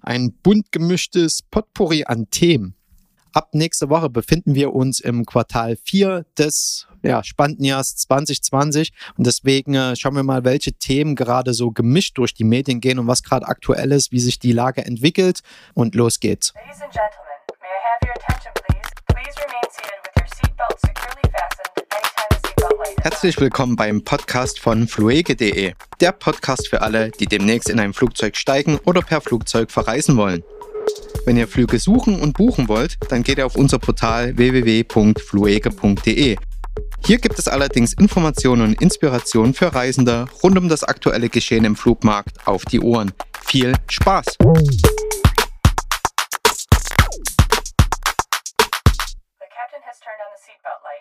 ein bunt gemischtes Potpourri an Themen. Ab nächster Woche befinden wir uns im Quartal 4 des spannenden Jahres 2020 und deswegen schauen wir mal, welche Themen gerade so gemischt durch die Medien gehen und was gerade aktuell ist, wie sich die Lage entwickelt und los geht's. Ladies and gentlemen, may I have your attention please? Please remain seated with your seatbelt securely fastened anytime the seatbelt light is on. Herzlich willkommen beim Podcast von fluege.de, der Podcast für alle, die demnächst in ein Flugzeug steigen oder per Flugzeug verreisen wollen. Wenn ihr Flüge suchen und buchen wollt, dann geht ihr auf unser Portal www.fluege.de. Hier gibt es allerdings Informationen und Inspirationen für Reisende rund um das aktuelle Geschehen im Flugmarkt auf die Ohren. Viel Spaß! The captain has turned on the seatbelt light.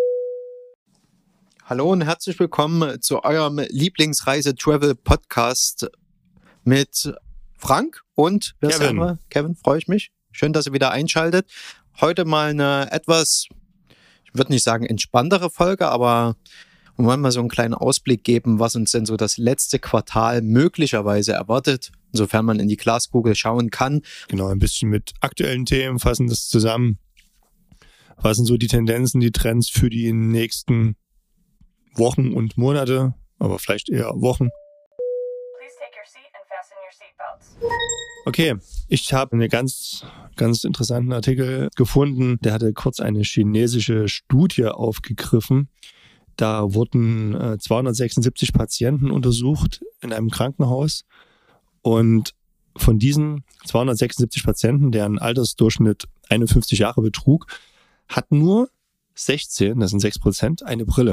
Hallo und herzlich willkommen zu eurem Lieblingsreise-Travel-Podcast mit Frank und Kevin, freue ich mich. Schön, dass ihr wieder einschaltet. Heute mal eine etwas, ich würde nicht sagen entspanntere Folge, aber wir wollen mal so einen kleinen Ausblick geben, was uns denn so das letzte Quartal möglicherweise erwartet, insofern man in die Glaskugel schauen kann. Genau, ein bisschen mit aktuellen Themen, fassen das zusammen. Was sind so die Tendenzen, die Trends für die nächsten Wochen und Monate, aber vielleicht eher Wochen. Okay, ich habe einen ganz interessanten Artikel gefunden. Der hatte kurz eine chinesische Studie aufgegriffen. Da wurden 276 Patienten untersucht in einem Krankenhaus. Und von diesen 276 Patienten, deren Altersdurchschnitt 51 Jahre betrug, hatten nur 16, das sind 6%, eine Brille.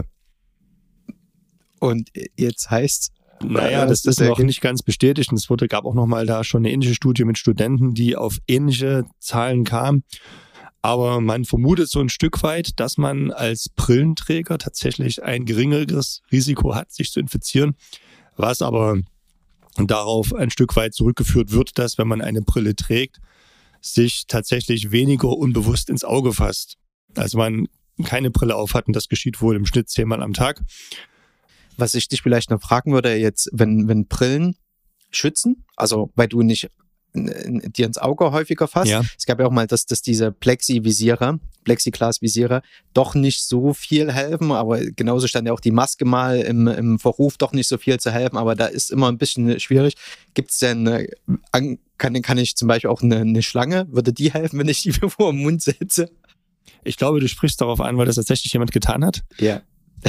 Und jetzt heißt naja, das ist noch nicht ganz bestätigt. Und es gab auch nochmal da schon eine ähnliche Studie mit Studenten, die auf ähnliche Zahlen kamen. Aber man vermutet so ein Stück weit, dass man als Brillenträger tatsächlich ein geringeres Risiko hat, sich zu infizieren. Was aber darauf ein Stück weit zurückgeführt wird, dass wenn man eine Brille trägt, sich tatsächlich weniger unbewusst ins Auge fasst. Also man keine Brille auf hat und das geschieht wohl im Schnitt 10-mal am Tag. Was ich dich vielleicht noch fragen würde, jetzt, wenn Brillen schützen, also weil du nicht dir ins Auge häufiger fasst. Ja. Es gab ja auch mal, dass diese Plexiglas-Visiere doch nicht so viel helfen, aber genauso stand ja auch die Maske mal im Verruf, doch nicht so viel zu helfen, aber da ist immer ein bisschen schwierig. Gibt es denn, kann ich zum Beispiel auch eine Schlange, würde die helfen, wenn ich die vor den Mund setze? Ich glaube, du sprichst darauf an, weil das tatsächlich jemand getan hat. Ja.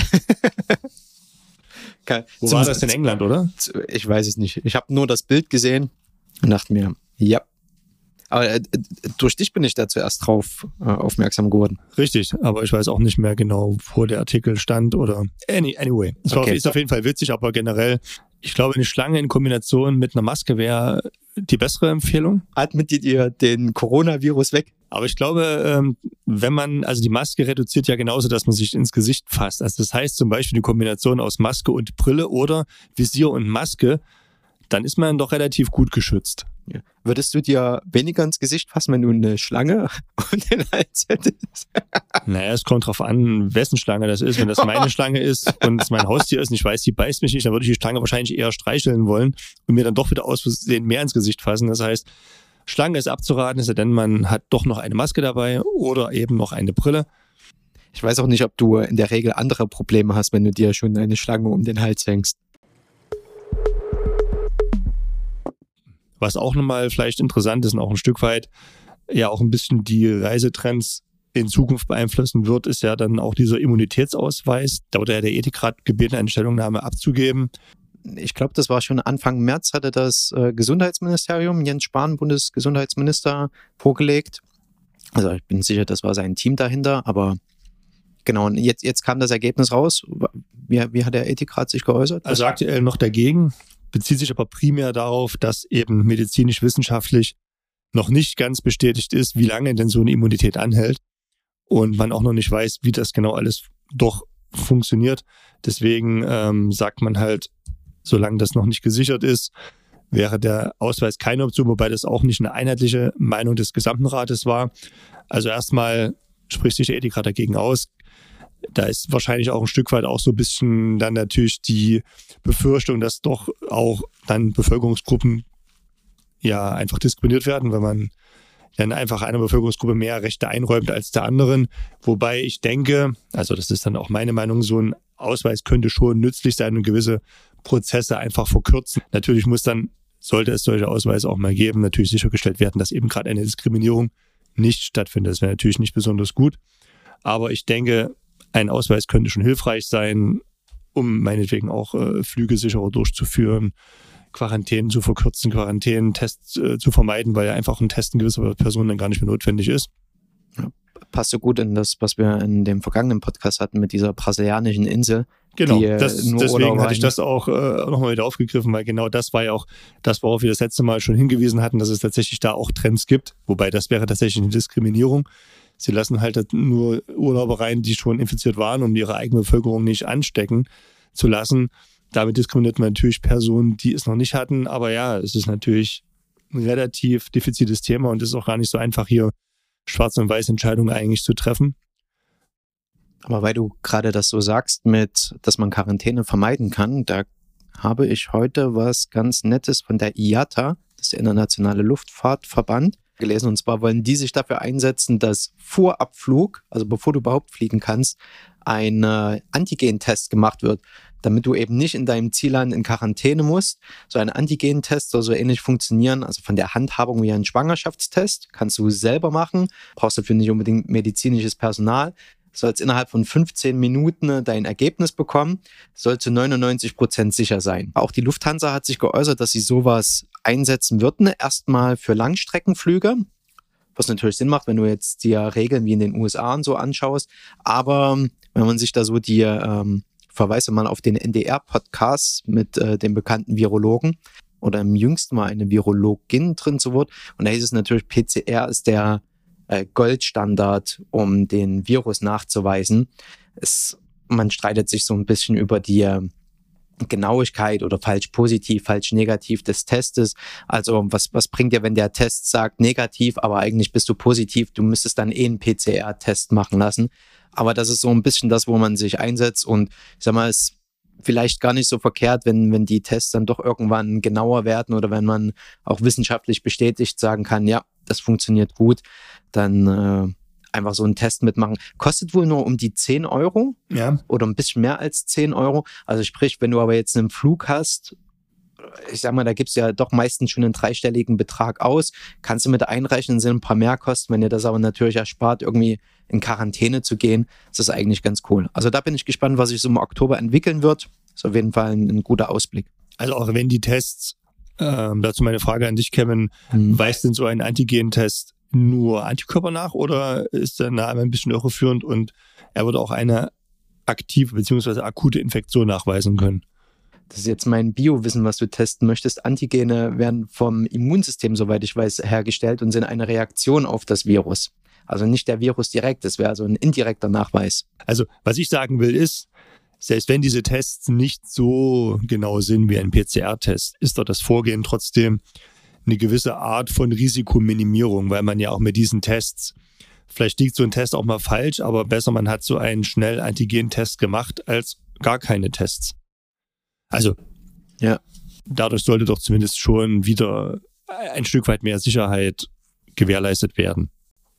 Wo war das in England, oder? Ich weiß es nicht. Ich habe nur das Bild gesehen und dachte mir, ja. Aber durch dich bin ich da zuerst drauf aufmerksam geworden. Richtig, aber ich weiß auch nicht mehr genau, wo der Artikel stand oder anyway. Es ist auf jeden Fall witzig, aber generell, ich glaube, eine Schlange in Kombination mit einer Maske wäre die bessere Empfehlung. Atmet ihr den Coronavirus weg? Aber ich glaube, also die Maske reduziert ja genauso, dass man sich ins Gesicht fasst. Also das heißt zum Beispiel die Kombination aus Maske und Brille oder Visier und Maske, dann ist man doch relativ gut geschützt. Ja. Würdest du dir weniger ins Gesicht fassen, wenn du eine Schlange und den Hals hättest? Naja, es kommt drauf an, wessen Schlange das ist. Wenn das meine Schlange ist und es mein Haustier ist und ich weiß, die beißt mich nicht, dann würde ich die Schlange wahrscheinlich eher streicheln wollen und mir dann doch wieder aus Versehen mehr ins Gesicht fassen. Das heißt, Schlange ist abzuraten, es sei denn, man hat doch noch eine Maske dabei oder eben noch eine Brille. Ich weiß auch nicht, ob du in der Regel andere Probleme hast, wenn du dir schon eine Schlange um den Hals hängst. Was auch nochmal vielleicht interessant ist und auch ein Stück weit ja auch ein bisschen die Reisetrends in Zukunft beeinflussen wird, ist ja dann auch dieser Immunitätsausweis. Da wurde ja der Ethikrat gebeten, eine Stellungnahme abzugeben. Ich glaube, das war schon Anfang März, hatte das Gesundheitsministerium, Jens Spahn, Bundesgesundheitsminister, vorgelegt. Also ich bin sicher, das war sein Team dahinter, aber genau, und jetzt kam das Ergebnis raus. Wie hat der Ethikrat sich geäußert? Also aktuell noch dagegen, bezieht sich aber primär darauf, dass eben medizinisch-wissenschaftlich noch nicht ganz bestätigt ist, wie lange denn so eine Immunität anhält und man auch noch nicht weiß, wie das genau alles doch funktioniert. Deswegen sagt man halt, solange das noch nicht gesichert ist, wäre der Ausweis keine Option, wobei das auch nicht eine einheitliche Meinung des gesamten Rates war. Also erstmal spricht sich der Ethikrat dagegen aus. Da ist wahrscheinlich auch ein Stück weit auch so ein bisschen dann natürlich die Befürchtung, dass doch auch dann Bevölkerungsgruppen ja einfach diskriminiert werden, weil man dann einfach einer Bevölkerungsgruppe mehr Rechte einräumt als der anderen. Wobei ich denke, also das ist dann auch meine Meinung, so ein Ausweis könnte schon nützlich sein und gewisse Prozesse einfach verkürzen. Natürlich sollte es solche Ausweise auch mal geben, natürlich sichergestellt werden, dass eben gerade eine Diskriminierung nicht stattfindet. Das wäre natürlich nicht besonders gut. Aber ich denke, ein Ausweis könnte schon hilfreich sein, um meinetwegen auch Flüge sicherer durchzuführen, Quarantänen zu verkürzen, Quarantänentests zu vermeiden, weil ja einfach ein Testen gewisser Personen dann gar nicht mehr notwendig ist. Ja, passt so gut in das, was wir in dem vergangenen Podcast hatten mit dieser brasilianischen Insel. Genau, deswegen hatte ich das auch nochmal wieder aufgegriffen, weil genau das war ja auch das, worauf wir das letzte Mal schon hingewiesen hatten, dass es tatsächlich da auch Trends gibt, wobei das wäre tatsächlich eine Diskriminierung. Sie lassen halt nur Urlauber rein, die schon infiziert waren, um ihre eigene Bevölkerung nicht anstecken zu lassen. Damit diskriminiert man natürlich Personen, die es noch nicht hatten. Aber ja, es ist natürlich ein relativ diffiziles Thema und es ist auch gar nicht so einfach, hier schwarz und weiß Entscheidungen eigentlich zu treffen. Aber weil du gerade das so sagst, dass man Quarantäne vermeiden kann, da habe ich heute was ganz Nettes von der IATA, das ist der Internationale Luftfahrtverband, gelesen. Und zwar wollen die sich dafür einsetzen, dass vor Abflug, also bevor du überhaupt fliegen kannst, ein Antigentest gemacht wird, damit du eben nicht in deinem Zielland in Quarantäne musst. So ein Antigentest soll so ähnlich funktionieren, also von der Handhabung wie ein Schwangerschaftstest, kannst du selber machen, brauchst dafür nicht unbedingt medizinisches Personal, sollst innerhalb von 15 Minuten dein Ergebnis bekommen, soll zu 99% sicher sein. Auch die Lufthansa hat sich geäußert, dass sie sowas einsetzen würden, erstmal für Langstreckenflüge, was natürlich Sinn macht, wenn du jetzt die Regeln wie in den USA und so anschaust, aber wenn man sich da so die verweise mal auf den NDR-Podcast mit dem bekannten Virologen oder im jüngsten Mal eine Virologin drin zu Wort. Und da hieß es natürlich, PCR ist der Goldstandard, um den Virus nachzuweisen. Man streitet sich so ein bisschen über die Genauigkeit oder falsch positiv, falsch negativ des Testes. Also was bringt dir, wenn der Test sagt negativ, aber eigentlich bist du positiv, du müsstest dann einen PCR-Test machen lassen. Aber das ist so ein bisschen das, wo man sich einsetzt und ich sag mal, es ist vielleicht gar nicht so verkehrt, wenn die Tests dann doch irgendwann genauer werden oder wenn man auch wissenschaftlich bestätigt sagen kann, ja, das funktioniert gut, dann einfach so einen Test mitmachen. Kostet wohl nur um die 10 Euro oder ein bisschen mehr als 10 Euro. Also sprich, wenn du aber jetzt einen Flug hast, ich sag mal, da gibst du ja doch meistens schon einen dreistelligen Betrag aus, kannst du mit einrechnen, sind ein paar Mehrkosten. Wenn dir das aber natürlich erspart, irgendwie in Quarantäne zu gehen, ist das eigentlich ganz cool. Also da bin ich gespannt, was sich so im Oktober entwickeln wird. Ist auf jeden Fall ein guter Ausblick. Also auch wenn die Tests, dazu meine Frage an dich, Kevin, weist denn so ein Antigen-Test nur Antikörper nach oder ist der Name ein bisschen irreführend und er würde auch eine aktive bzw. akute Infektion nachweisen können? Das ist jetzt mein Biowissen, was du testen möchtest. Antigene werden vom Immunsystem, soweit ich weiß, hergestellt und sind eine Reaktion auf das Virus. Also nicht der Virus direkt, das wäre also ein indirekter Nachweis. Also was ich sagen will ist, selbst wenn diese Tests nicht so genau sind wie ein PCR-Test, ist doch das Vorgehen trotzdem eine gewisse Art von Risikominimierung, weil man ja auch mit diesen Tests, vielleicht liegt so ein Test auch mal falsch, aber besser man hat so einen schnell Antigen-Test gemacht als gar keine Tests. Also, ja, dadurch sollte doch zumindest schon wieder ein Stück weit mehr Sicherheit gewährleistet werden.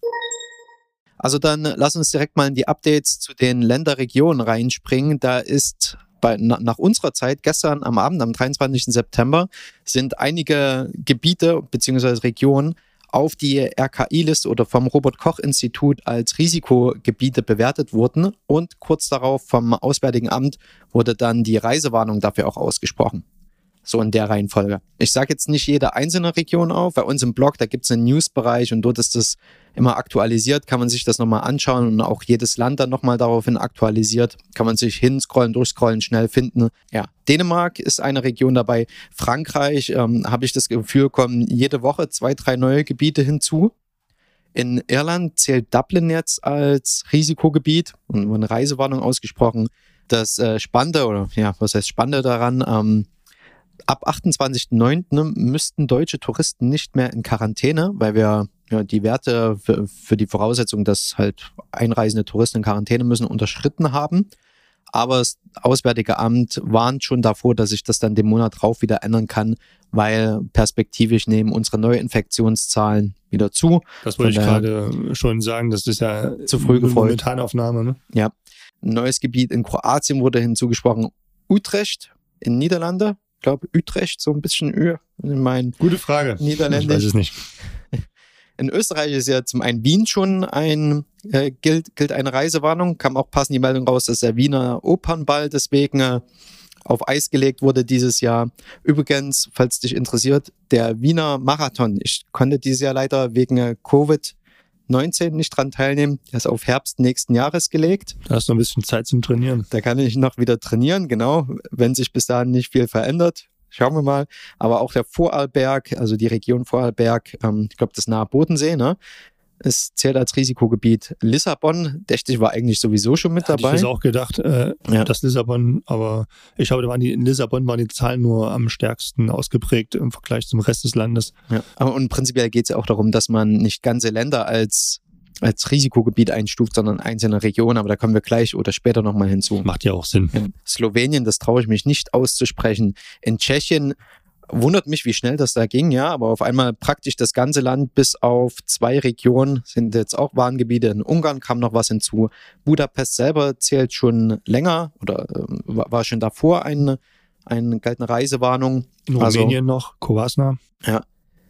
Also dann lass uns direkt mal in die Updates zu den Länderregionen reinspringen. Da ist nach unserer Zeit, gestern am Abend, am 23. September, sind einige Gebiete bzw. Regionen auf die RKI-Liste oder vom Robert-Koch-Institut als Risikogebiete bewertet wurden und kurz darauf vom Auswärtigen Amt wurde dann die Reisewarnung dafür auch ausgesprochen. So in der Reihenfolge. Ich sage jetzt nicht jede einzelne Region auf. Bei uns im Blog, da gibt es einen News-Bereich und dort ist das immer aktualisiert. Kann man sich das nochmal anschauen und auch jedes Land dann nochmal daraufhin aktualisiert. Kann man sich hinscrollen, durchscrollen, schnell finden. Ja, Dänemark ist eine Region dabei. Frankreich, habe ich das Gefühl, kommen jede Woche 2, 3 neue Gebiete hinzu. In Irland zählt Dublin jetzt als Risikogebiet und wurde eine Reisewarnung ausgesprochen. Das Spannende, oder ja, was heißt Spannende daran, ab 28.09. müssten deutsche Touristen nicht mehr in Quarantäne, weil wir die Werte für die Voraussetzung, dass halt einreisende Touristen in Quarantäne müssen, unterschritten haben. Aber das Auswärtige Amt warnt schon davor, dass sich das dann den Monat drauf wieder ändern kann, weil perspektivisch nehmen unsere Neuinfektionszahlen wieder zu. Das wollte ich gerade schon sagen, das ist ja zu früh gefreut. Momentaufnahme. Ne? Ja. Ein neues Gebiet in Kroatien wurde hinzugesprochen. Utrecht in Niederlande. Ich glaube, Utrecht, so ein bisschen in meinen Gute Frage. Niederländisch. Ich weiß es nicht. In Österreich ist ja zum einen Wien schon gilt eine Reisewarnung. Kam auch passend die Meldung raus, dass der Wiener Opernball deswegen auf Eis gelegt wurde dieses Jahr. Übrigens, falls dich interessiert, der Wiener Marathon. Ich konnte dieses Jahr leider wegen Covid-19 nicht dran teilnehmen. Der ist auf Herbst nächsten Jahres gelegt. Da hast du ein bisschen Zeit zum Trainieren. Da kann ich noch wieder trainieren, genau, wenn sich bis dahin nicht viel verändert. Schauen wir mal. Aber auch der Vorarlberg, also die Region Vorarlberg, ich glaube, das nahe Bodensee, ne? Es zählt als Risikogebiet. Lissabon, dachte ich, war eigentlich sowieso schon mit dabei. Ich hätte auch gedacht, dass Lissabon, aber ich glaube, in Lissabon waren die Zahlen nur am stärksten ausgeprägt im Vergleich zum Rest des Landes. Ja. Und prinzipiell geht es ja auch darum, dass man nicht ganze Länder als Risikogebiet einstuft, sondern einzelne Regionen, aber da kommen wir gleich oder später nochmal hinzu. Macht ja auch Sinn. In Slowenien, das traue ich mich nicht auszusprechen. In Tschechien wundert mich, wie schnell das da ging, ja, aber auf einmal praktisch das ganze Land bis auf 2 Regionen sind jetzt auch Warngebiete. In Ungarn kam noch was hinzu. Budapest selber zählt schon länger oder war schon davor galt eine Reisewarnung. In Rumänien noch, Kovasna. Ja.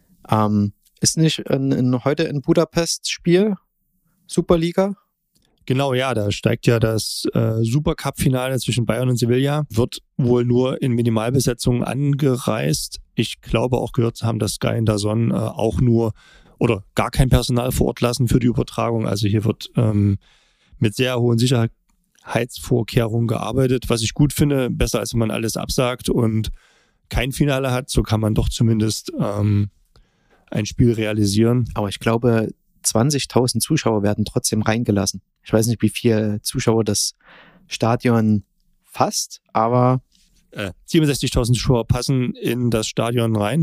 Ist nicht heute in Budapest Spiel? Superliga? Genau, ja, da steigt ja das Supercup-Finale zwischen Bayern und Sevilla. Wird wohl nur in Minimalbesetzung angereist. Ich glaube auch gehört zu haben, dass Sky und DAZN auch nur oder gar kein Personal vor Ort lassen für die Übertragung. Also hier wird mit sehr hohen Sicherheitsvorkehrungen gearbeitet, was ich gut finde. Besser, als wenn man alles absagt und kein Finale hat. So kann man doch zumindest ein Spiel realisieren. Aber ich glaube, 20.000 Zuschauer werden trotzdem reingelassen. Ich weiß nicht, wie viele Zuschauer das Stadion fasst, aber 67.000 Zuschauer passen in das Stadion rein.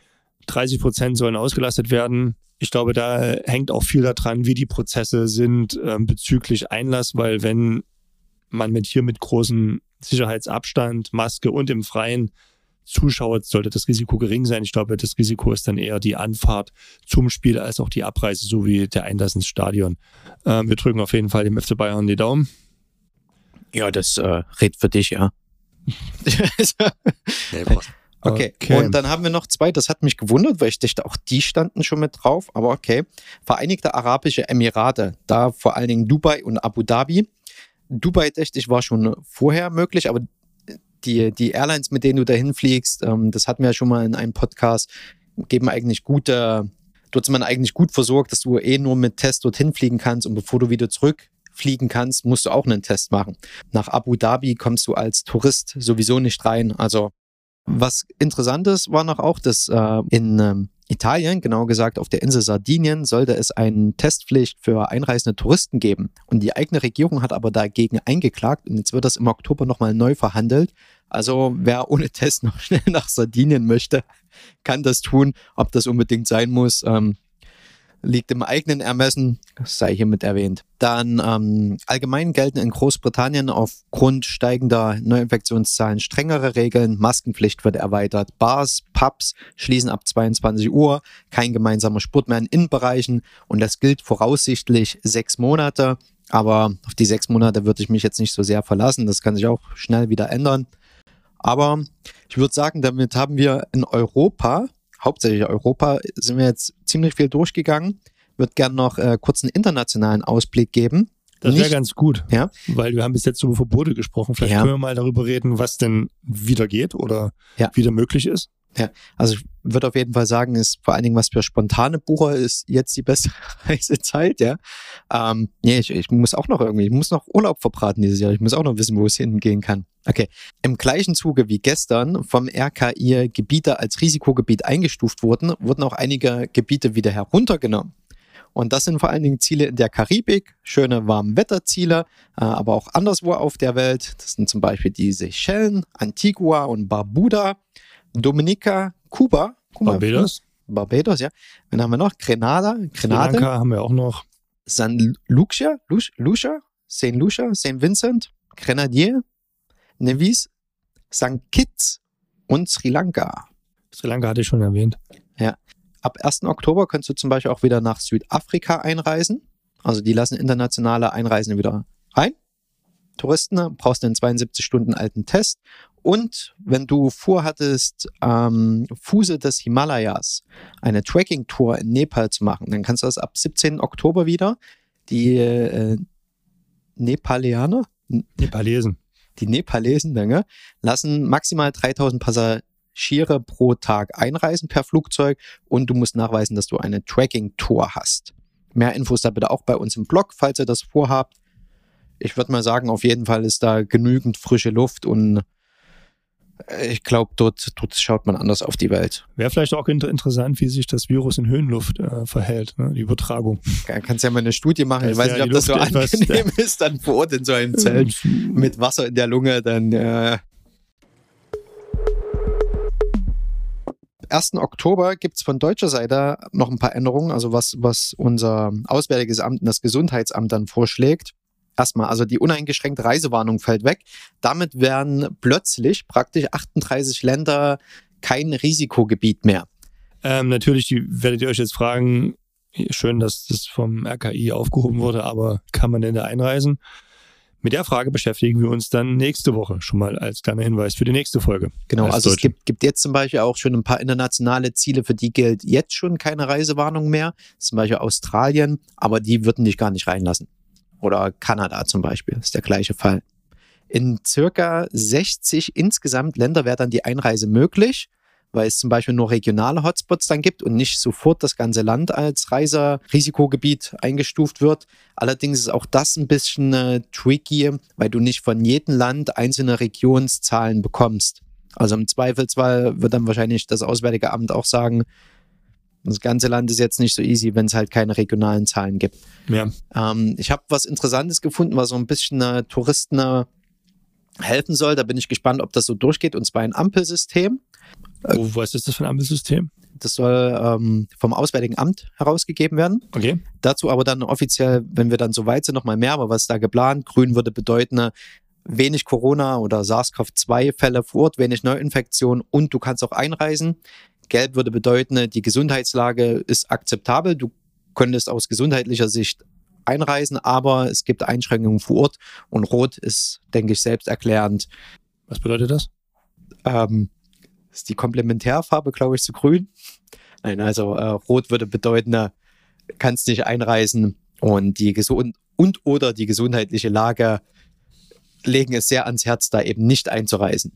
30% sollen ausgelastet werden. Ich glaube, da hängt auch viel daran, wie die Prozesse sind bezüglich Einlass, weil wenn man mit großem Sicherheitsabstand, Maske und im Freien zuschaut, sollte das Risiko gering sein. Ich glaube, das Risiko ist dann eher die Anfahrt zum Spiel als auch die Abreise sowie der Einlass ins Stadion. Wir drücken auf jeden Fall dem FC Bayern die Daumen. Ja, das redet für dich, ja. Okay, und dann haben wir noch 2, das hat mich gewundert, weil ich dachte, auch die standen schon mit drauf, aber okay. Vereinigte Arabische Emirate, da vor allen Dingen Dubai und Abu Dhabi. Dubai, dachte ich, war schon vorher möglich, aber die Airlines, mit denen du dahin fliegst, das hatten wir ja schon mal in einem Podcast, geben eigentlich dort ist man eigentlich gut versorgt, dass du nur mit Test dorthin fliegen kannst und bevor du wieder zurückfliegen kannst, musst du auch einen Test machen. Nach Abu Dhabi kommst du als Tourist sowieso nicht rein. Also was Interessantes war noch auch, dass in Italien, genau gesagt auf der Insel Sardinien, sollte es eine Testpflicht für einreisende Touristen geben. Und die eigene Regierung hat aber dagegen eingeklagt und jetzt wird das im Oktober nochmal neu verhandelt. Also wer ohne Test noch schnell nach Sardinien möchte, kann das tun. Ob das unbedingt sein muss, liegt im eigenen Ermessen, das sei hiermit erwähnt. Dann allgemein gelten in Großbritannien aufgrund steigender Neuinfektionszahlen strengere Regeln. Maskenpflicht wird erweitert. Bars, Pubs schließen ab 22 Uhr. Kein gemeinsamer Sport mehr in Innenbereichen. Und das gilt voraussichtlich 6 Monate. Aber auf die 6 Monate würde ich mich jetzt nicht so sehr verlassen. Das kann sich auch schnell wieder ändern. Aber ich würde sagen, damit haben wir in Europa, hauptsächlich Europa, sind wir jetzt ziemlich viel durchgegangen. Würde gerne noch kurz einen internationalen Ausblick geben. Das wäre ganz gut, ja? Weil wir haben bis jetzt über Verbote gesprochen. Vielleicht können wir mal darüber reden, was denn wieder geht oder wieder möglich ist. Ja, also ich würde auf jeden Fall sagen, ist vor allen Dingen was für spontane Bucher ist jetzt die beste Reisezeit, ja. Ich muss auch noch ich muss noch Urlaub verbraten dieses Jahr. Ich muss auch noch wissen, wo es hingehen kann. Okay, im gleichen Zuge wie gestern vom RKI Gebiete als Risikogebiet eingestuft wurden auch einige Gebiete wieder heruntergenommen. Und das sind vor allen Dingen Ziele in der Karibik, schöne Warmwetterziele, aber auch anderswo auf der Welt. Das sind zum Beispiel die Seychellen, Antigua und Barbuda, Dominica, Kuba. Barbados, ja. Dann haben wir noch Grenade. Sri Lanka haben wir auch noch. St. Lucia, St. Vincent. Grenadier, Nevis, St. Kitts und Sri Lanka. Sri Lanka hatte ich schon erwähnt. Ja. Ab 1. Oktober kannst du zum Beispiel auch wieder nach Südafrika einreisen. Also die lassen internationale Einreisende wieder rein. Touristen, brauchst einen 72 Stunden alten Test. Und wenn du vorhattest, am Fuße des Himalayas eine Trekking-Tour in Nepal zu machen, dann kannst du das ab 17. Oktober wieder. Die Nepalesen, danke, lassen maximal 3000 Passagiere pro Tag einreisen per Flugzeug und du musst nachweisen, dass du eine Trekking-Tour hast. Mehr Infos da bitte auch bei uns im Blog, falls ihr das vorhabt. Ich würde mal sagen, auf jeden Fall ist da genügend frische Luft und ich glaube, dort schaut man anders auf die Welt. Wäre vielleicht auch interessant, wie sich das Virus in Höhenluft verhält, ne? Die Übertragung. Kannst ja mal eine Studie machen. Ich weiß nicht, ob das so angenehm ist, dann vor Ort in so einem Zelt mit Wasser in der Lunge. Dann 1. Oktober gibt es von deutscher Seite noch ein paar Änderungen, also was unser Auswärtiges Amt und das Gesundheitsamt dann vorschlägt. Erstmal, also die uneingeschränkte Reisewarnung fällt weg. Damit werden plötzlich praktisch 38 Länder kein Risikogebiet mehr. Natürlich werdet ihr euch jetzt fragen, schön, dass das vom RKI aufgehoben wurde, aber kann man denn da einreisen? Mit der Frage beschäftigen wir uns dann nächste Woche, schon mal als kleiner Hinweis für die nächste Folge. Genau, also es gibt jetzt zum Beispiel auch schon ein paar internationale Ziele, für die gilt jetzt schon keine Reisewarnung mehr. Zum Beispiel Australien, aber die würden dich gar nicht reinlassen. Oder Kanada zum Beispiel, ist der gleiche Fall. In circa 60 insgesamt Länder wäre dann die Einreise möglich, weil es zum Beispiel nur regionale Hotspots dann gibt und nicht sofort das ganze Land als Reiserisikogebiet eingestuft wird. Allerdings ist auch das ein bisschen tricky, weil du nicht von jedem Land einzelne Regionszahlen bekommst. Also im Zweifelsfall wird dann wahrscheinlich das Auswärtige Amt auch sagen, das ganze Land ist jetzt nicht so easy, wenn es halt keine regionalen Zahlen gibt. Ja. Ich habe was Interessantes gefunden, was so ein bisschen Touristen helfen soll. Da bin ich gespannt, ob das so durchgeht. Und zwar ein Ampelsystem. Was ist das für ein Ampelsystem? Das soll vom Auswärtigen Amt herausgegeben werden. Okay. Dazu aber dann offiziell, wenn wir dann so weit sind, nochmal mehr. Aber was ist da geplant? Grün würde bedeuten, wenig Corona- oder SARS-CoV-2-Fälle vor Ort, wenig Neuinfektionen und du kannst auch einreisen. Gelb würde bedeuten, die Gesundheitslage ist akzeptabel. Du könntest aus gesundheitlicher Sicht einreisen, aber es gibt Einschränkungen vor Ort. Und Rot ist, denke ich, selbsterklärend. Was bedeutet das? Ist die Komplementärfarbe, glaube ich, zu Grün. Nein, also Rot würde bedeuten, kannst nicht einreisen und die oder die gesundheitliche Lage legen es sehr ans Herz, da eben nicht einzureisen.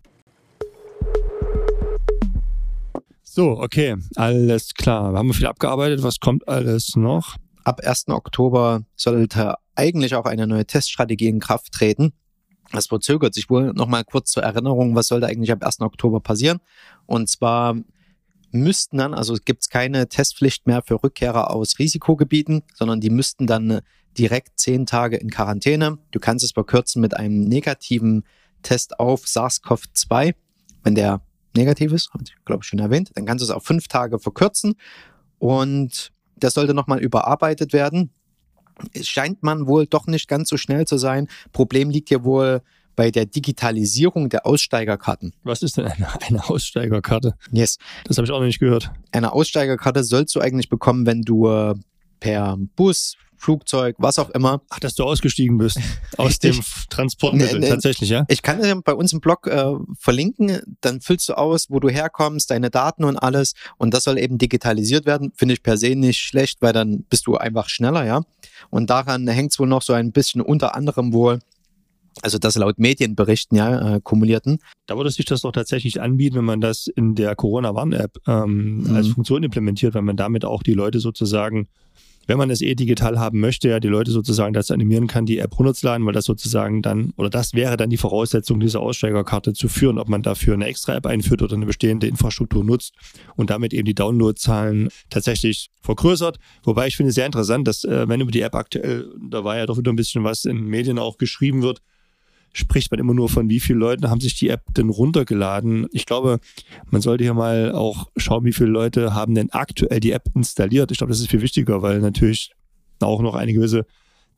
So, okay, alles klar. Haben wir viel abgearbeitet? Was kommt alles noch? Ab 1. Oktober sollte eigentlich auch eine neue Teststrategie in Kraft treten. Das verzögert sich wohl. Nochmal kurz zur Erinnerung, was sollte eigentlich ab 1. Oktober passieren? Und zwar müssten dann, also es gibt keine Testpflicht mehr für Rückkehrer aus Risikogebieten, sondern die müssten dann direkt 10 Tage in Quarantäne. Du kannst es verkürzen mit einem negativen Test auf SARS-CoV-2, wenn der negativ ist, habe ich glaube ich schon erwähnt, dann kannst du es auf 5 Tage verkürzen und das sollte nochmal überarbeitet werden. Es scheint man wohl doch nicht ganz so schnell zu sein. Problem liegt hier wohl bei der Digitalisierung der Aussteigerkarten. Was ist denn eine Aussteigerkarte? Yes. Das habe ich auch noch nicht gehört. Eine Aussteigerkarte sollst du eigentlich bekommen, wenn du per Bus, Flugzeug, was auch immer. Ach, dass du ausgestiegen bist aus dem Transportmittel, tatsächlich, ja? Ich kann dir bei uns im Blog verlinken, dann füllst du aus, wo du herkommst, deine Daten und alles und das soll eben digitalisiert werden. Finde ich per se nicht schlecht, weil dann bist du einfach schneller, ja. Und daran hängt es wohl noch so ein bisschen unter anderem wohl, also das laut Medienberichten, ja, kumulierten. Da würde sich das doch tatsächlich anbieten, wenn man das in der Corona-Warn-App als Funktion implementiert, wenn man damit auch die Leute sozusagen, wenn man es digital haben möchte, ja, die Leute sozusagen dazu animieren kann, die App runterzuladen, weil das sozusagen dann, oder das wäre dann die Voraussetzung, diese Aussteigerkarte zu führen, ob man dafür eine extra App einführt oder eine bestehende Infrastruktur nutzt und damit eben die Downloadzahlen tatsächlich vergrößert. Wobei ich finde es sehr interessant, dass wenn über die App aktuell, da war ja doch wieder ein bisschen was in den Medien auch geschrieben wird, spricht man immer nur von, wie viele Leute haben sich die App denn runtergeladen. Ich glaube, man sollte hier mal auch schauen, wie viele Leute haben denn aktuell die App installiert. Ich glaube, das ist viel wichtiger, weil natürlich auch noch eine gewisse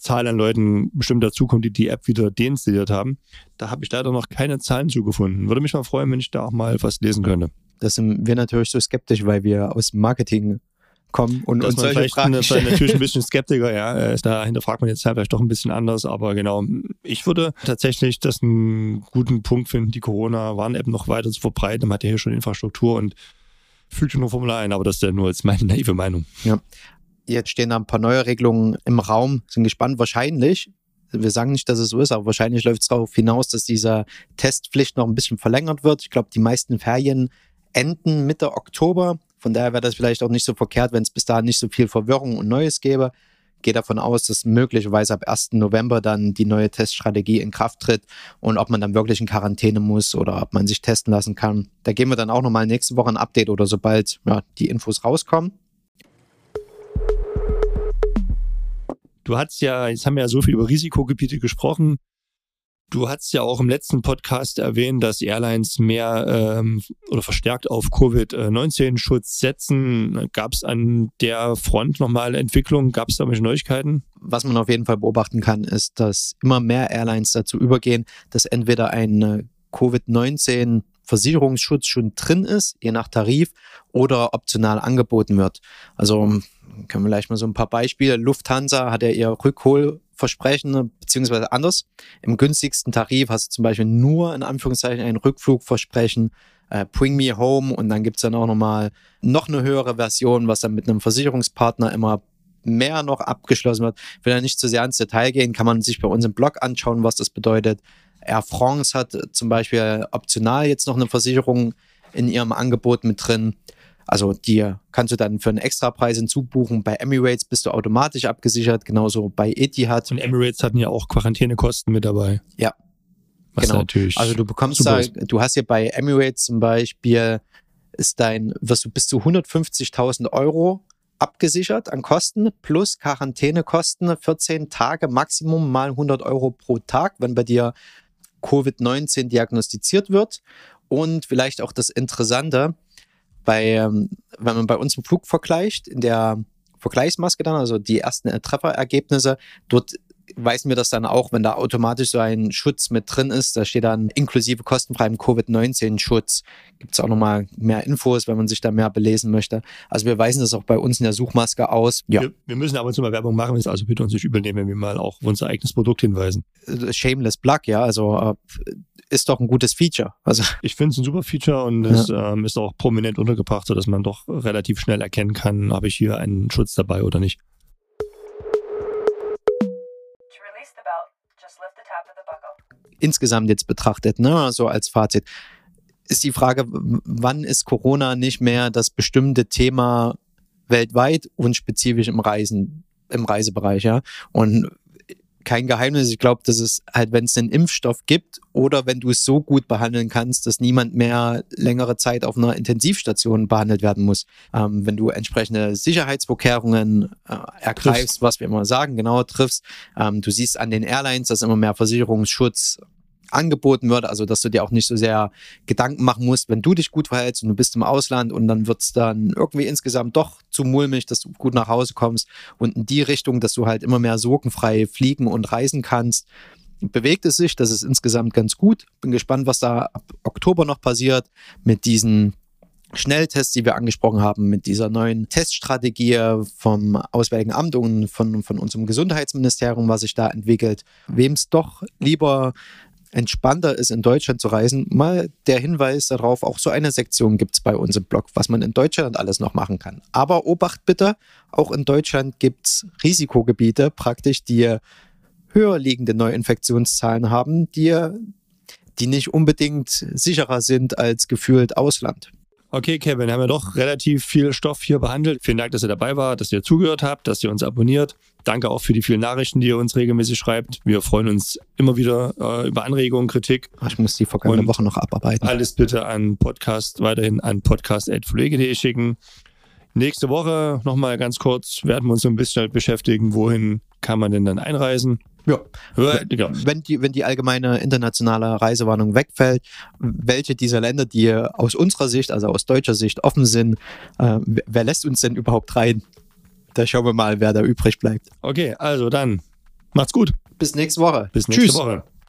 Zahl an Leuten bestimmt dazukommt, die App wieder deinstalliert haben. Da habe ich leider noch keine Zahlen zugefunden. Würde mich mal freuen, wenn ich da auch mal was lesen könnte. Da sind wir natürlich so skeptisch, weil wir aus dem Marketing kommen und uns solche Fragen stellen. Natürlich ein bisschen Skeptiker, ja. Da hinterfragt man jetzt halt vielleicht doch ein bisschen anders, aber genau. Ich würde tatsächlich das einen guten Punkt finden, die Corona-Warn-App noch weiter zu verbreiten. Man hat ja hier schon Infrastruktur und fügt nur Formular ein, aber das ist ja nur jetzt meine naive Meinung. Ja. Jetzt stehen da ein paar neue Regelungen im Raum, sind gespannt. Wahrscheinlich, wir sagen nicht, dass es so ist, aber wahrscheinlich läuft es darauf hinaus, dass diese Testpflicht noch ein bisschen verlängert wird. Ich glaube, die meisten Ferien enden Mitte Oktober. Von daher wäre das vielleicht auch nicht so verkehrt, wenn es bis dahin nicht so viel Verwirrung und Neues gäbe. Gehe davon aus, dass möglicherweise ab 1. November dann die neue Teststrategie in Kraft tritt und ob man dann wirklich in Quarantäne muss oder ob man sich testen lassen kann. Da geben wir dann auch nochmal nächste Woche ein Update oder sobald die Infos rauskommen. Du hast ja, jetzt haben wir ja so viel über Risikogebiete gesprochen. Du hast ja auch im letzten Podcast erwähnt, dass Airlines mehr oder verstärkt auf Covid-19-Schutz setzen. Gab es an der Front nochmal Entwicklungen? Gab es da welche Neuigkeiten? Was man auf jeden Fall beobachten kann, ist, dass immer mehr Airlines dazu übergehen, dass entweder ein Covid-19-Versicherungsschutz schon drin ist, je nach Tarif, oder optional angeboten wird. Also können wir vielleicht mal so ein paar Beispiele. Lufthansa hat ja ihr Rückholversprechen, beziehungsweise anders. Im günstigsten Tarif hast du zum Beispiel nur in Anführungszeichen ein Rückflugversprechen, Bring Me Home, und dann gibt es dann auch nochmal noch eine höhere Version, was dann mit einem Versicherungspartner immer mehr noch abgeschlossen wird. Ich will ja nicht zu sehr ins Detail gehen, kann man sich bei uns im Blog anschauen, was das bedeutet. Air France hat zum Beispiel optional jetzt noch eine Versicherung in ihrem Angebot mit drin. Also die kannst du dann für einen Extrapreis hinzubuchen. Bei Emirates bist du automatisch abgesichert, genauso bei Etihad. Und Emirates hatten ja auch Quarantänekosten mit dabei. Ja, was genau. Natürlich also du bekommst da, du hast hier bei Emirates zum Beispiel, wirst du bis zu 150.000 Euro abgesichert an Kosten plus Quarantänekosten, 14 Tage Maximum mal 100 Euro pro Tag, wenn bei dir Covid-19 diagnostiziert wird. Und vielleicht auch das Interessante, wenn man bei uns einen Flug vergleicht, in der Vergleichsmaske dann, also die ersten Trefferergebnisse, dort weisen wir das dann auch, wenn da automatisch so ein Schutz mit drin ist, da steht dann inklusive kostenfreiem Covid-19-Schutz. Gibt es auch nochmal mehr Infos, wenn man sich da mehr belesen möchte. Also wir weisen das auch bei uns in der Suchmaske aus. Ja. Wir müssen aber zu mal Werbung machen, also bitte uns nicht übel nehmen, wenn wir mal auch auf unser eigenes Produkt hinweisen. Shameless Plug, ja, also ist doch ein gutes Feature. Also ich finde es ein super Feature und es ist auch prominent untergebracht, sodass man doch relativ schnell erkennen kann, habe ich hier einen Schutz dabei oder nicht. Insgesamt jetzt betrachtet, so als Fazit, ist die Frage, wann ist Corona nicht mehr das bestimmte Thema weltweit und spezifisch im Reisebereich, ja? Und kein Geheimnis, ich glaube, dass es halt, wenn es einen Impfstoff gibt oder wenn du es so gut behandeln kannst, dass niemand mehr längere Zeit auf einer Intensivstation behandelt werden muss. Wenn du entsprechende Sicherheitsvorkehrungen ergreifst, was wir immer sagen, genau triffst. Du siehst an den Airlines, dass immer mehr Versicherungsschutz angeboten wird, also dass du dir auch nicht so sehr Gedanken machen musst, wenn du dich gut verhältst und du bist im Ausland und dann wird es dann irgendwie insgesamt doch zu mulmig, dass du gut nach Hause kommst, und in die Richtung, dass du halt immer mehr sorgenfrei fliegen und reisen kannst, bewegt es sich. Das ist insgesamt ganz gut. Bin gespannt, was da ab Oktober noch passiert mit diesen Schnelltests, die wir angesprochen haben, mit dieser neuen Teststrategie vom Auswärtigen Amt und von unserem Gesundheitsministerium, was sich da entwickelt. Wem es doch lieber entspannter ist, in Deutschland zu reisen, mal der Hinweis darauf, auch so eine Sektion gibt es bei uns im Blog, was man in Deutschland alles noch machen kann. Aber Obacht bitte, auch in Deutschland gibt es Risikogebiete, praktisch, die höher liegende Neuinfektionszahlen haben, die nicht unbedingt sicherer sind als gefühlt Ausland. Okay, Kevin, haben wir doch relativ viel Stoff hier behandelt. Vielen Dank, dass ihr dabei wart, dass ihr zugehört habt, dass ihr uns abonniert. Danke auch für die vielen Nachrichten, die ihr uns regelmäßig schreibt. Wir freuen uns immer wieder über Anregungen, Kritik. Ich muss die vergangene Woche noch abarbeiten. Alles bitte weiterhin an podcast@pflege.de schicken. Nächste Woche nochmal ganz kurz, werden wir uns so ein bisschen beschäftigen, wohin kann man denn dann einreisen? Ja, wenn die allgemeine internationale Reisewarnung wegfällt, welche dieser Länder, die aus unserer Sicht, also aus deutscher Sicht offen sind, wer lässt uns denn überhaupt rein? Da schauen wir mal, wer da übrig bleibt. Okay, also dann Macht's gut. Bis nächste Woche. Bis nächste Tschüss. Woche.